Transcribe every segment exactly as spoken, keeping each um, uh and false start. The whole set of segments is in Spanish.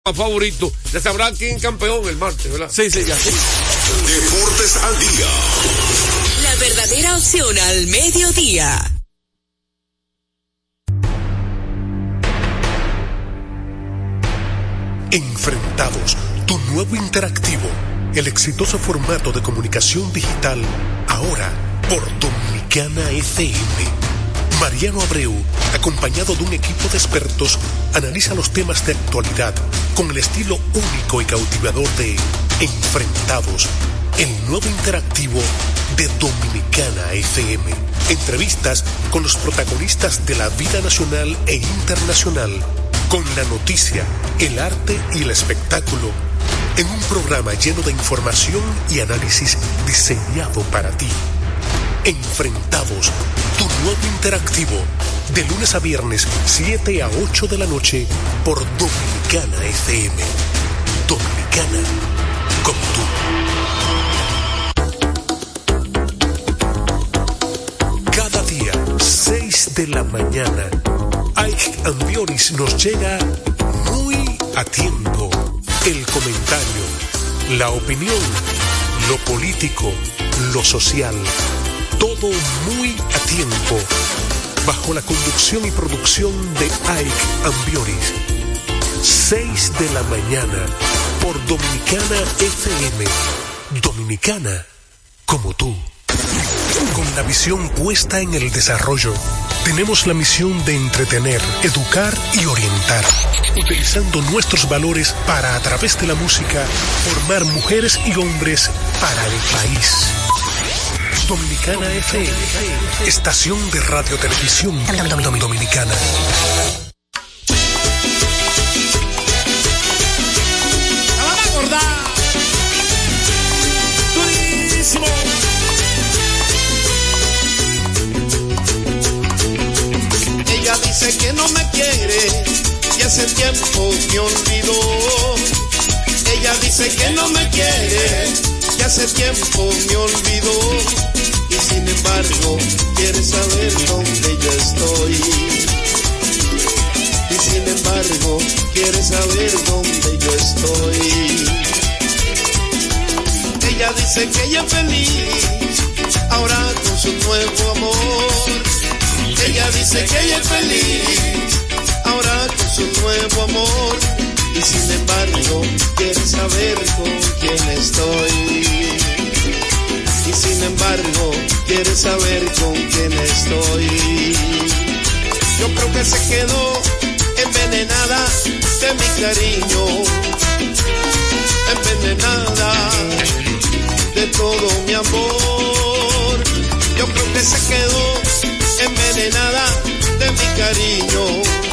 favorito. Ya sabrán quién es campeón el martes, ¿verdad? Sí, sí, ya. Sí. Deportes al día. La verdadera opción al mediodía. Enfrentados, tu nuevo interactivo, el exitoso formato de comunicación digital, ahora por Dominicana F M. Mariano Abreu, acompañado de un equipo de expertos, analiza los temas de actualidad con el estilo único y cautivador de Enfrentados, el nuevo interactivo de Dominicana F M. Entrevistas con los protagonistas de la vida nacional e internacional, con la noticia, el arte y el espectáculo, en un programa lleno de información y análisis diseñado para ti. Enfrentados, tu nuevo interactivo, de lunes a viernes, siete a ocho de la noche, por Dominicana F M. Dominicana, como tú. Cada día, seis de la mañana, Ike Ambioris nos llega muy a tiempo. El comentario, la opinión, lo político, lo social, todo muy a tiempo, bajo la conducción y producción de Ike Ambioris. seis de la mañana, por Dominicana F M. Dominicana, como tú. Con la visión puesta en el desarrollo, tenemos la misión de entretener, educar y orientar, utilizando nuestros valores para, a través de la música, formar mujeres y hombres para el país. Dominicana F M, estación de radio televisión dominicana. La van a acordar. Durísimo. Ella dice que no me quiere y hace tiempo me olvidó. Ella dice que no me quiere y hace tiempo me olvidó. Y sin embargo quiere saber dónde yo estoy. Y sin embargo quiere saber dónde yo estoy. Ella dice que ella es feliz ahora con su nuevo amor. Ella dice que ella es feliz ahora con su nuevo amor. Y sin embargo quiere saber con quién estoy. Y sin embargo quiere saber con quién estoy. Yo creo que se quedó envenenada de mi cariño, envenenada de todo mi amor. Yo creo que se quedó envenenada de mi cariño,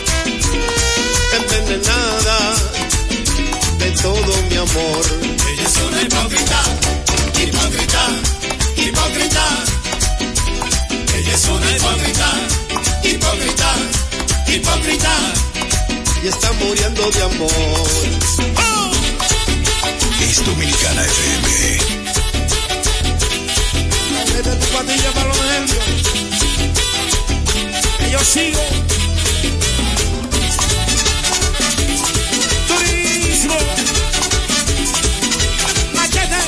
envenenada de todo mi amor. Ella es una hipócrita, hipócrita, hipócrita. Ella es una hipócrita, hipócrita, hipócrita. Y está muriendo de amor. ¡Oh! Es Dominicana F M. Vete tu patilla para los nervios. Que yo sigo. Turismo. Machete.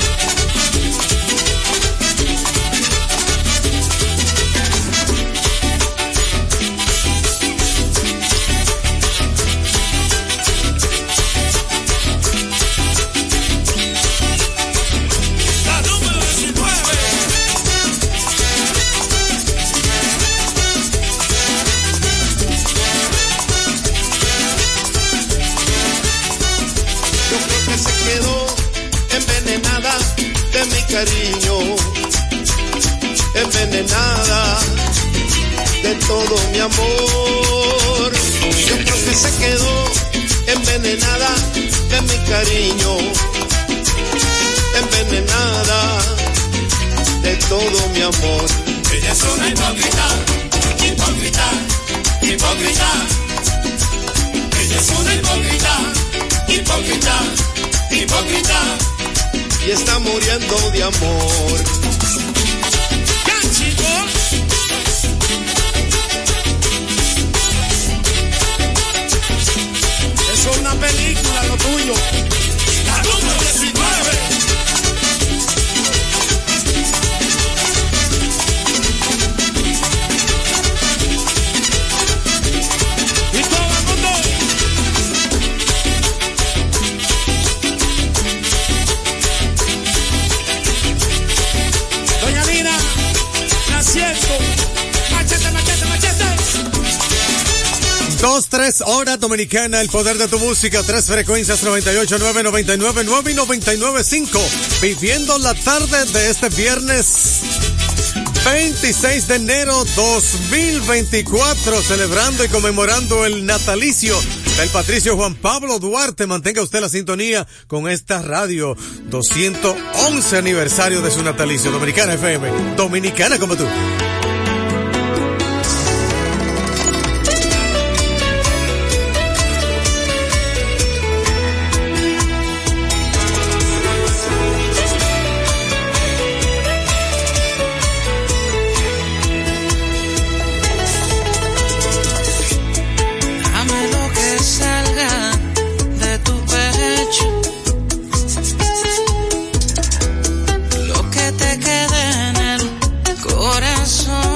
Cariño, envenenada de todo mi amor. Yo creo que se quedó envenenada de mi cariño, envenenada de todo mi amor. Ella es una hipócrita, hipócrita, hipócrita. Ella es una hipócrita, hipócrita, hipócrita. Y está muriendo de amor. ¡Ya, chicos! Es una película Dos, tres horas dominicana, el poder de tu música, tres frecuencias, noventa y ocho, nueve, noventa y nueve, nueve y noventa y nueve, cinco. Viviendo la tarde de este viernes veintiséis de enero dos mil veinticuatro, celebrando y conmemorando el natalicio del Patricio Juan Pablo Duarte. Mantenga usted la sintonía con esta radio, doscientos once aniversario de su natalicio. Dominicana F M, dominicana como tú. Lo que te quede en el corazón.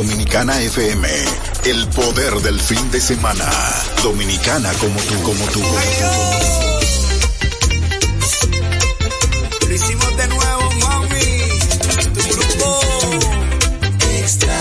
Dominicana F M, el poder del fin de semana. Dominicana como tú, como tú, como tú, como tú. Lo hicimos de nuevo, mami. Tu grupo extra.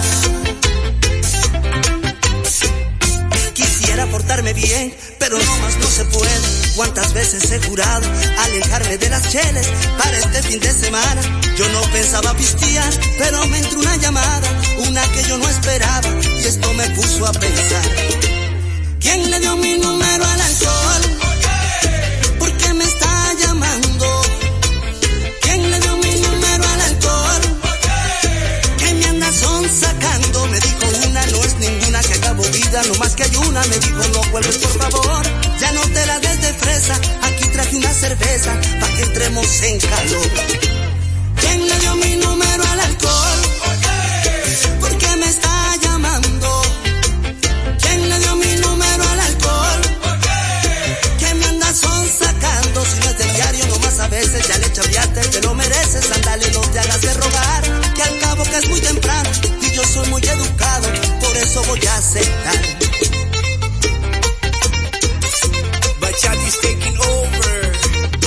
Quisiera portarme bien, pero no más no se puede. Cuántas veces he jurado alejarme de las cheles para este fin de semana. Yo no pensaba pistear, pero me entró una llamada, una que yo no esperaba, y esto me puso a pensar. ¿Quién le dio mi número al alcohol? ¿Por qué me está llamando? ¿Quién le dio mi número al alcohol? ¿Qué me anda son sacando? Me dijo una, no es ninguna, que acabo vida, no más que hay una. Me dijo no vuelves por favor, ya no te la des de fresa, aquí traje una cerveza, pa' que entremos en calor. ¿Quién le dio mi número al alcohol? ¿Por qué me está llamando? ¿Quién le dio mi número al alcohol? ¿Qué me anda son sacando? Si no es del diario, nomás a veces ya le chaviaste, te lo mereces, andale, no te hagas de rogar, que al cabo que es muy temprano, y yo soy muy educado, por eso voy a aceptar. Bachati's taking over.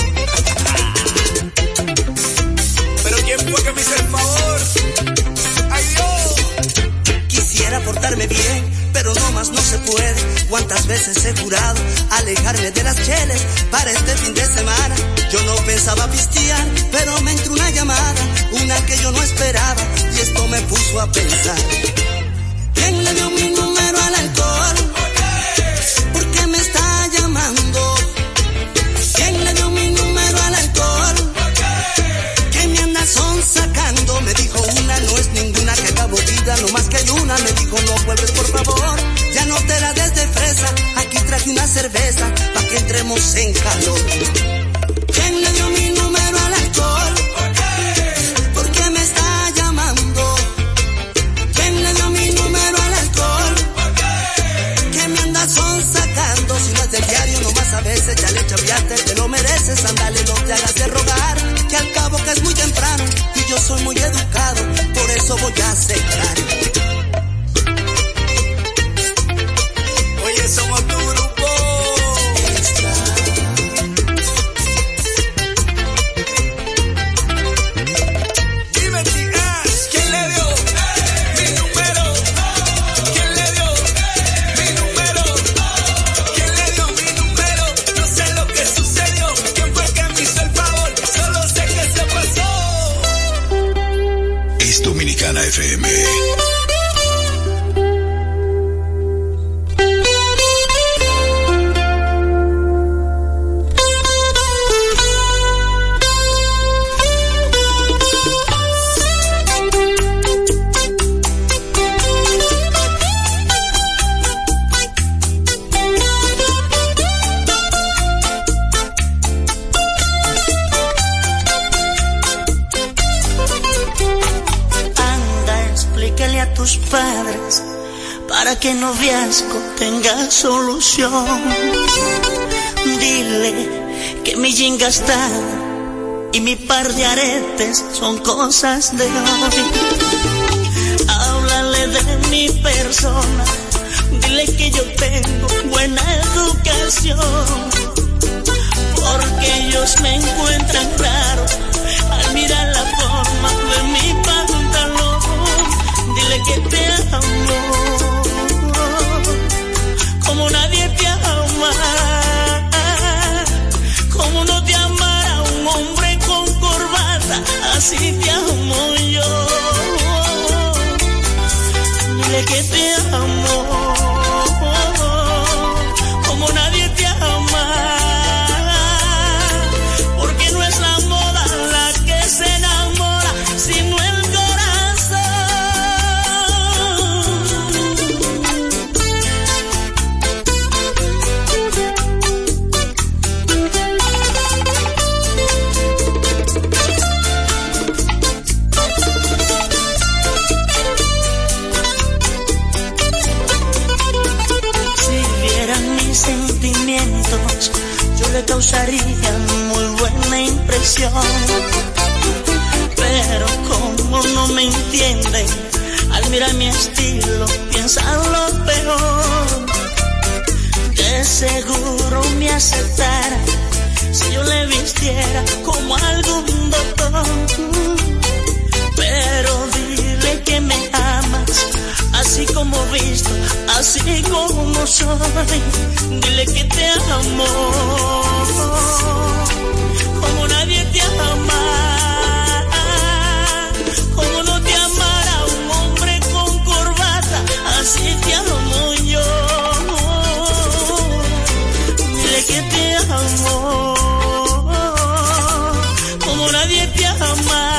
Pero ¿quién fue que me hizo el favor? ¡Ay, Dios! Quisiera portarme bien, pero no más no se puede. Cuántas veces he jurado alejarme de las cheles para este fin de semana. Yo no pensaba pistear, pero me entró una llamada, una que yo no esperaba, y esto me puso a pensar. ¿Quién le dio mi número al alcohol? ¿Por qué me está llamando? ¿Quién le dio mi número al alcohol? ¿Qué me anda son sacando? Me dijo una, no es ninguna, que acabo vida, no más que hay una. Me dijo no vuelves por favor, ya no te la des de fresa, aquí traje una cerveza, pa' que entremos en calor. ¿Quién le dio mi número al alcohol? ¿Por qué me está llamando? ¿Quién le dio mi número al alcohol? ¿Qué me anda son sacando? Si no es del diario, nomás a veces ya le chaviaste, te lo mereces, andale, no te hagas de rogar, que al cabo que es muy temprano, y yo soy muy educado, por eso voy a aceptar. Oye, somos tu grupo extra. Dime, chicas, ¿quién le dio mi número? ¿Quién le dio mi número? ¿Quién le dio mi número? No sé lo que sucedió, quién fue que me hizo el favor, solo sé que se pasó. Es Dominicana F M. Padres para que el noviazgo tenga solución. Dile que mi jean gastado y mi par de aretes son cosas de hoy. Háblale de mi persona, dile que yo tengo buena educación, porque ellos me encuentran raro al mirar la forma de mi pantalón. Dile que te amo, como nadie te ama, como no te amara un hombre con corbata, así te amo yo. Dile que te amo, como nadie te ama, porque no es la moda la que se enamora, sino el yo le causaría muy buena impresión, pero como no me entienden, al Mira mi estilo, piensa lo peor. De seguro me aceptara si yo le vistiera como algún doctor. Pero dile que me amas, así como visto, así como soy. Dile que te amo, como nadie te ama, como no te amara un hombre con corbata, así te amo yo. Dile que te amo, como nadie te ama.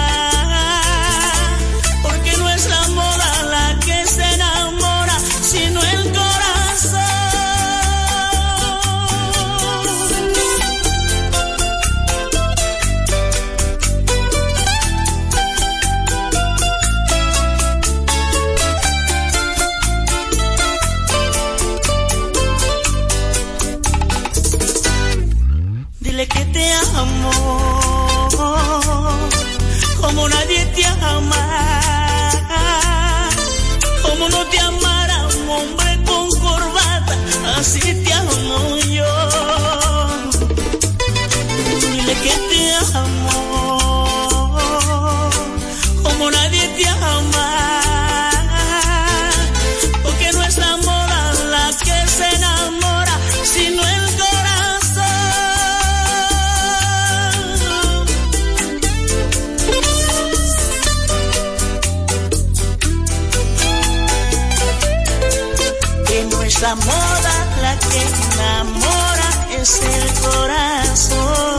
Que te amo, como nadie te ama, como no te amara un hombre con corbata, así te amo yo. Dile que te amo, como nadie te ama, porque no es la moda la que se enamora, sino el la moda, la que enamora es el corazón.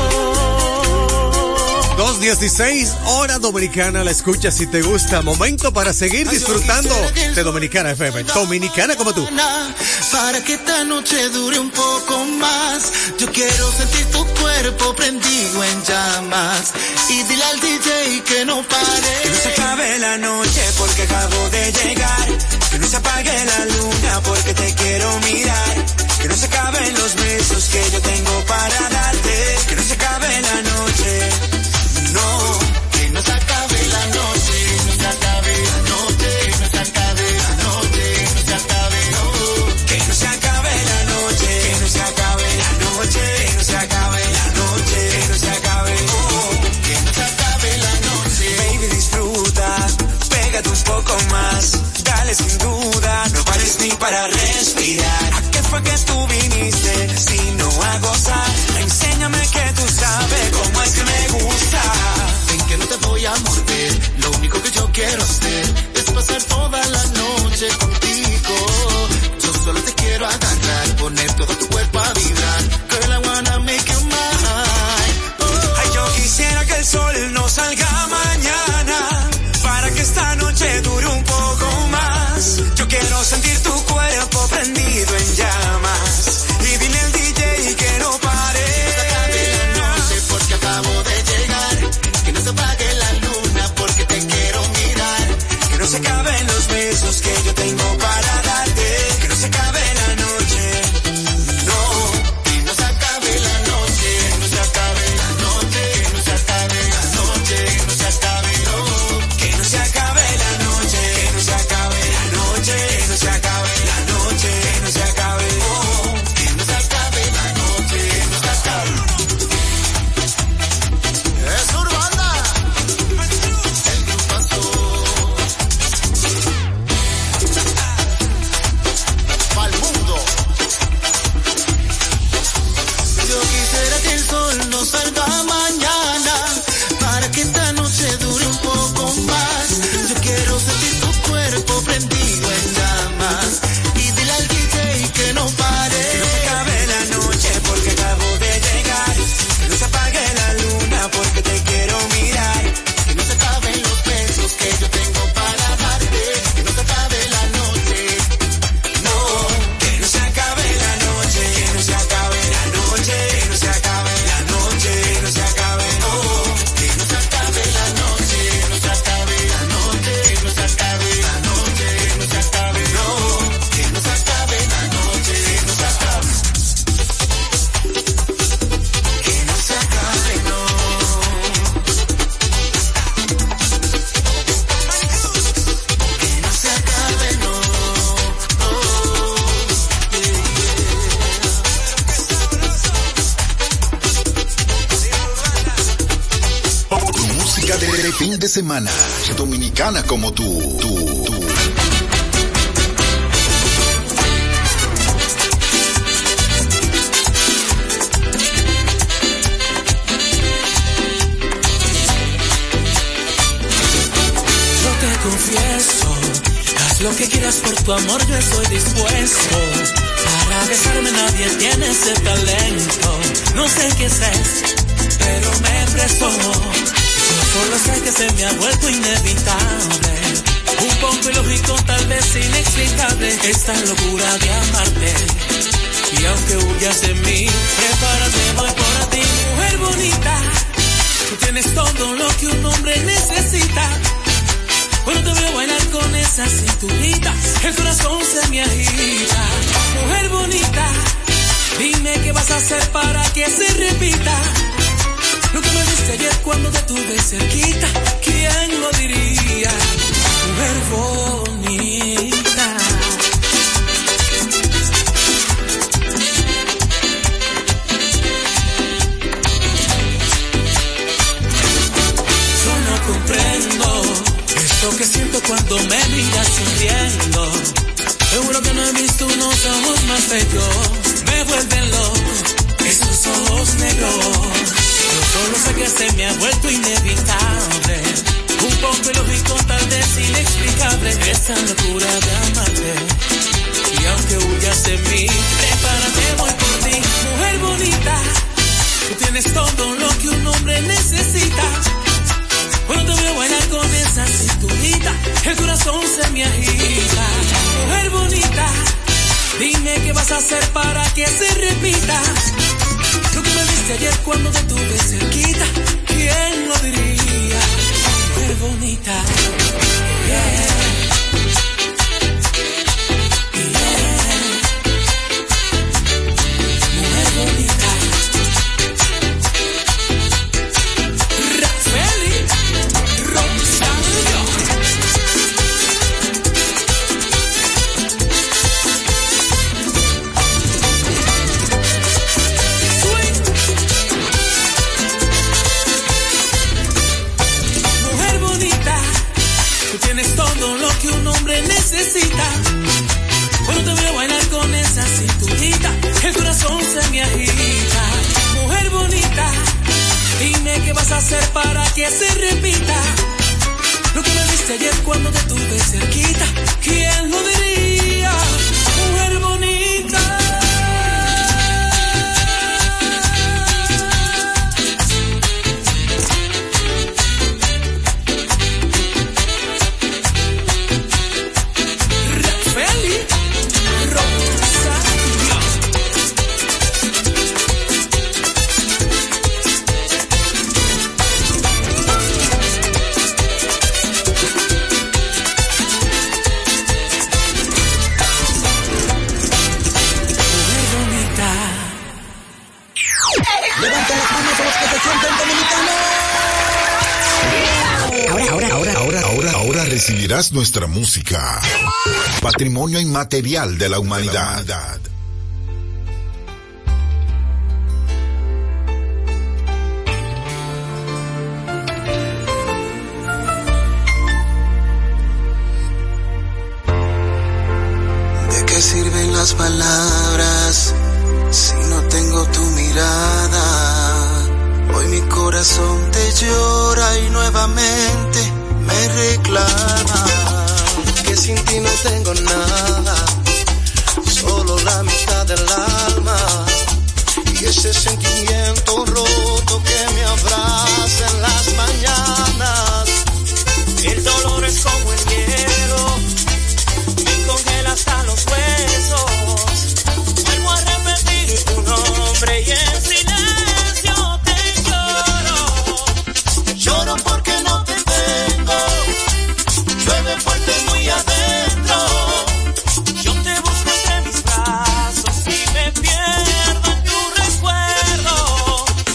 dos dieciséis, hora dominicana, la escuchas si te gusta. Momento para seguir disfrutando de Dominicana F M. Dominicana como tú. Para que esta noche dure un poco más, yo quiero sentir tu cuerpo prendido en llamas. Y dile al D J que no pare. Que no se acabe la noche porque acabo de llegar. Que no se apague la luna porque te quiero mirar. Que no se acaben los besos que yo tengo para darte. Que no se acabe la noche. No, que no se acabe la noche. No se acabe la noche. No se acabe la noche. No se acabe, no. Que no se acabe la noche. Que no se acabe la noche. Que no se acabe la noche. Que no se acabe, oh. Que no se acabe la noche. Baby, disfruta. Pégate un poco más. Dale sin duda, no pares ni para respirar. ¿A qué fue que tú viniste? Si no a gozar, enséñame que tú sabes cómo es que me gusta. Ven que no te voy a morder, lo único que yo quiero hacer es pasar toda la noche contigo. Yo solo te quiero agarrar, poner todo tu cuerpo a vibrar. Girl, I wanna make you mine. Oh. Ay, yo quisiera que el sol no salga mañana, para que esta noche dure un poco más. Yo quiero sentir tu cuerpo prendido en llamas. Y dile al D J que no pare. Que no se acabe la noche porque acabo de llegar. Que no se apague la luna porque te quiero mirar. Que no se acaben los besos que yo tengo para darte. Que no se acabe la noche. No, que no se acabe la noche. Que no se acabe la noche. Que no se acabe la noche. Que no se acabe, no. Que no se acabe la noche. Que no se acabe la noche. Que no se acabe la noche. Que no se acabe, oh. Que no se acabe la noche. Que no se acabe. Es Urbana. El grupazo. Pa'l mundo. Yo quisiera que el sol no salga mañana, para que esta noche dure un poco más. Yo quiero sentir tu cuerpo prendido en llamas. Y dile al D J que no pare. Que no se acabe la noche porque acabo de llegar. Que no se apague la luna porque te quiero mirar. Que no se acaben los besos que yo tengo para darte. Que no se acabe la noche. No, que no se acabe la noche. Que no se acabe la noche. Que no se acabe la noche. Que no música de, de fin de semana. Dominicana como tú, tú, tú. Confieso, haz lo que quieras por tu amor, yo estoy dispuesto. Para besarme nadie tiene ese talento. No sé qué es, pero me prestó. Yo solo sé que se me ha vuelto inevitable. Un poco ilógico, tal vez inexplicable, esta locura de amarte. Y aunque huyas de mí, prepárate, voy por ti. Mujer bonita, tú tienes todo lo que un hombre necesita. Cuando te veo bailar con esa cinturita, el corazón se me agita. Mujer bonita, dime qué vas a hacer para que se repita. Lo que me diste ayer cuando te tuve cerquita, ¿quién lo diría? Mujer bonita. Yo no comprendo lo que siento cuando me miras sonriendo. Seguro que no he visto unos ojos más bellos. Me vuelven loco esos ojos negros. Yo solo sé que se me ha vuelto inevitable. Un poco ilógico, tal vez inexplicable, esta locura de amarte. Y aunque huyas de mí, prepárate, voy por ti. Mujer bonita, tú tienes todo lo que un hombre necesita. Cuando te veo bailar con esa cinturita, el corazón se me agita. Mujer bonita, dime qué vas a hacer para que se repita. Lo que me diste ayer cuando te tuve cerquita, ¿quién lo diría? Mujer bonita, yeah. Cuando te veo bailar con esa cinturita, el corazón se me agita. Mujer bonita, dime qué vas a hacer para que se repita. Lo que me diste ayer cuando te tuve cerquita, ¿quién lo diría? Mujer bonita. Recibirás nuestra música, patrimonio inmaterial de la humanidad. ¿De qué sirven las palabras si no tengo tu mirada? Hoy mi corazón te llora y nuevamente me reclama que sin ti no tengo nada, solo la mitad del alma y ese sentimiento roto que me abraza en las mañanas. El dolor es como el hielo, me congela hasta los huesos. Vuelvo a repetir tu nombre y en silencio te lloro. Lloro porque no te llueve fuerte muy adentro. Yo te busco entre mis brazos y me pierdo en tu recuerdo.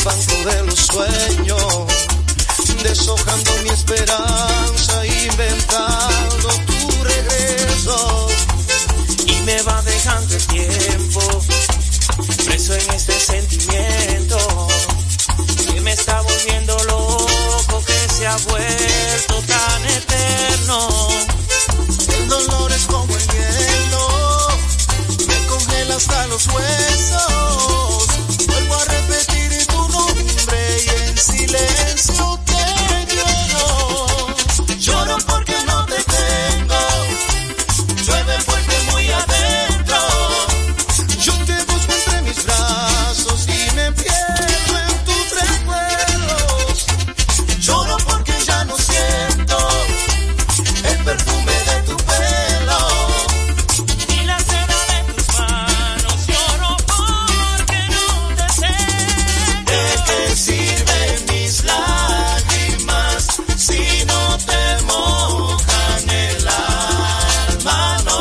banco de los sueños, deshojando mi esperanza, inventando tu regreso. Y me va dejando el tiempo, preso en este sentimiento, que me está volviendo loco, que se ha vuelto tan eterno. El dolor es como el hielo, me congela hasta los huesos. Vuelvo a repetir tu nombre y en silencio te lloro. Lloro porque no te tengo, llueve fuerte muy adentro. Yo te busco entre mis brazos y me pierdo en tus recuerdos. Lloro porque ya no siento el perfume de tu pelo y la seda de tus manos. Lloro porque no te tengo. ¿De qué sirven mis lágrimas si no te mojan el alma? No.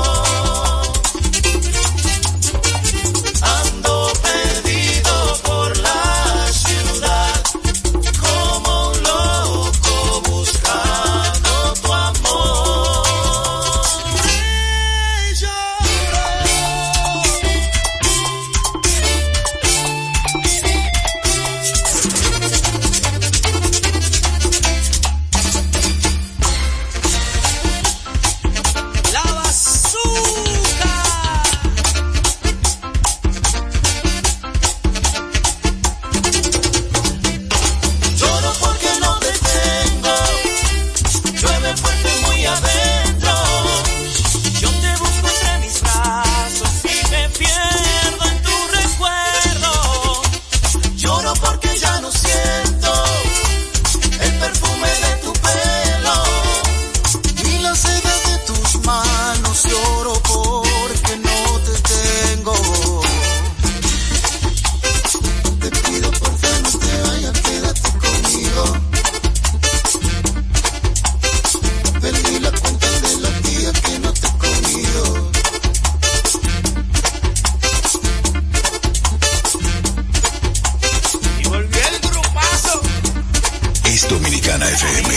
Ando perdido por la ciudad como un loco buscando tu amor. La bazooka. Lloro porque no te tengo, llueve fuerte muy adentro. Yo te busco entre mis brazos y me pierdo en tu recuerdo. Lloro porque ya no siento el perfume de tu pelo ni la seda de tus manos. Lloro porque no te tengo. Te pido por favor no te vayas, quédate conmigo. Perdí la cuenta de los días que no te he comido. Y volvió el grupazo. Es Dominicana F M.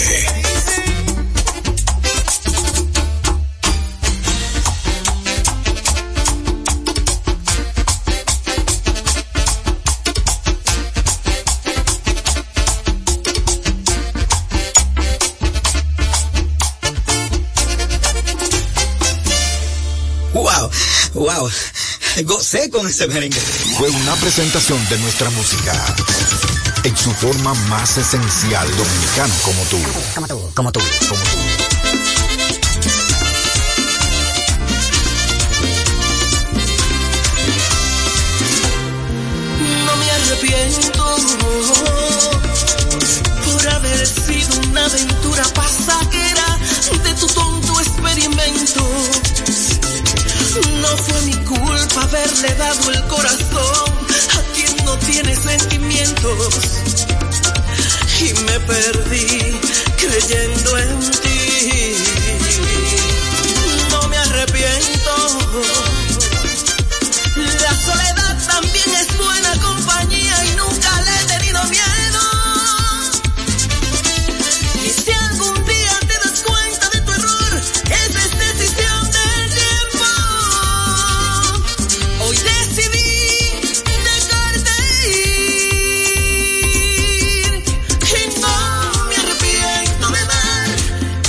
Wow, wow, gocé con ese merengue. Fue una presentación de nuestra música en su forma más esencial, dominicano como tú. Como tú, como tú, como tú. No me arrepiento por haber sido una aventura pasajera de tu tonto experimento. No fue mi culpa haberle dado el corazón a quien no tiene sentimientos. Y me perdí creyendo en ti. No me arrepiento. La soledad también es buena compañía y nunca le he tenido miedo. Y si algún día te das cuenta de tu error, esa es decisión del tiempo. Hoy decidí dejarte ir y no me arrepiento de dar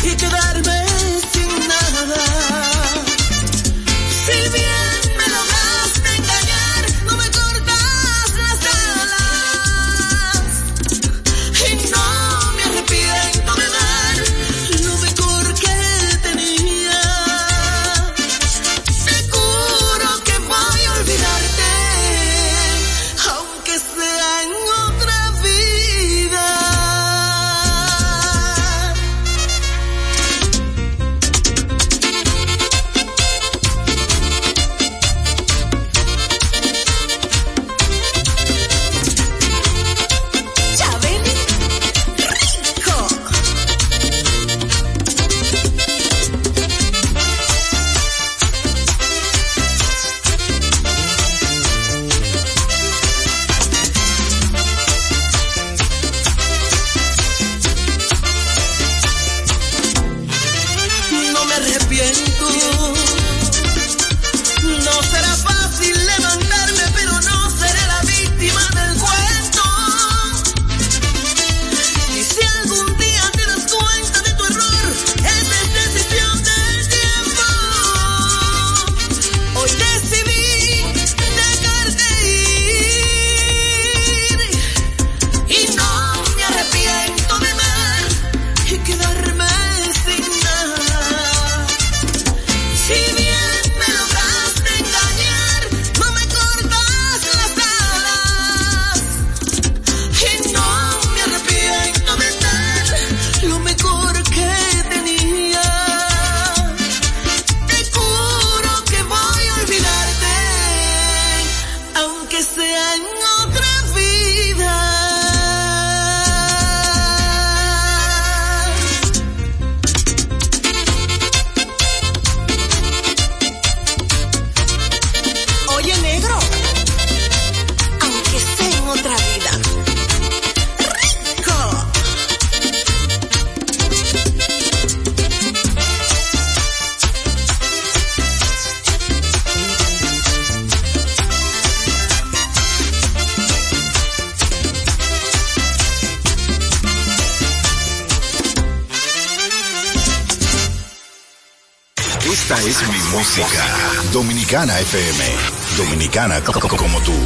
Esta es mi música. Dominicana F M. Dominicana co- co- como tú.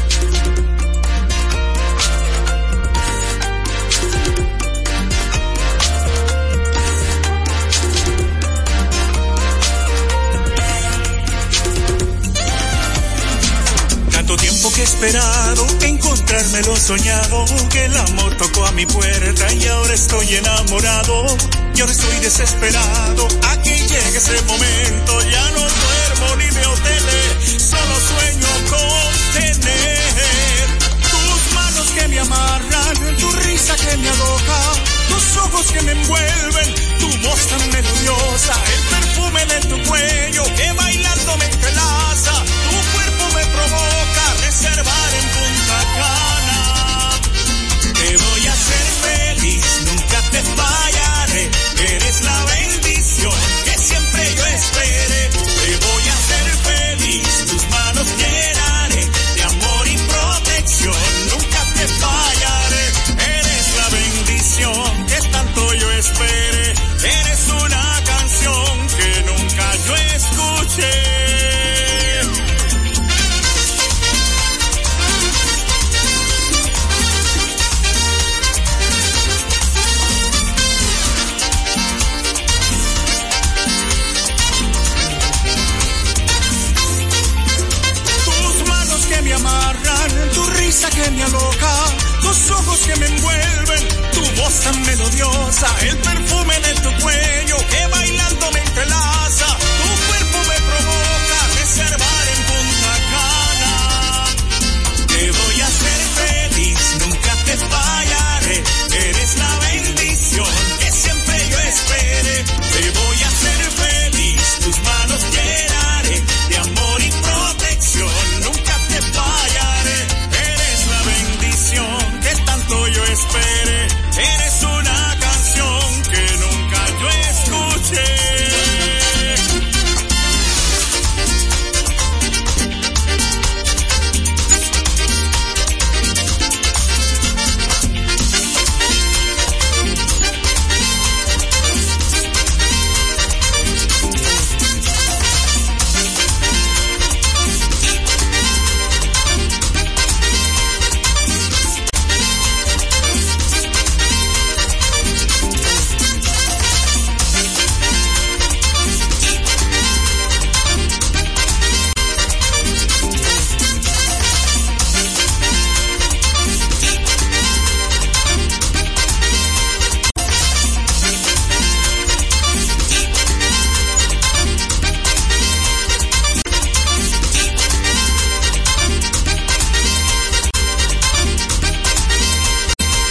Tiempo que he esperado, encontrarme lo soñado, que el amor tocó a mi puerta y ahora estoy enamorado, y ahora estoy desesperado, a que llegue ese momento, ya no duermo ni veo tele, solo sueño con tener tus manos que me amarran, tu risa que me aloja, tus ojos que me envuelven, tu voz tan melodiosa, el perfume de tu cuello que bailando me entrelaza, tu cuerpo me provoca reservar en Punta Cana. Te voy a hacer feliz, nunca te fallaré, eres la bendición que siempre yo esperé. Te voy a hacer feliz, tus manos llenaré de amor y protección, nunca te fallaré, eres la bendición que tanto yo esperé, eres una canción que nunca yo escuché. Me amarran, tu risa que me aloca, tus ojos que me envuelven, tu voz tan melodiosa, el perfume de tu cuello que bailando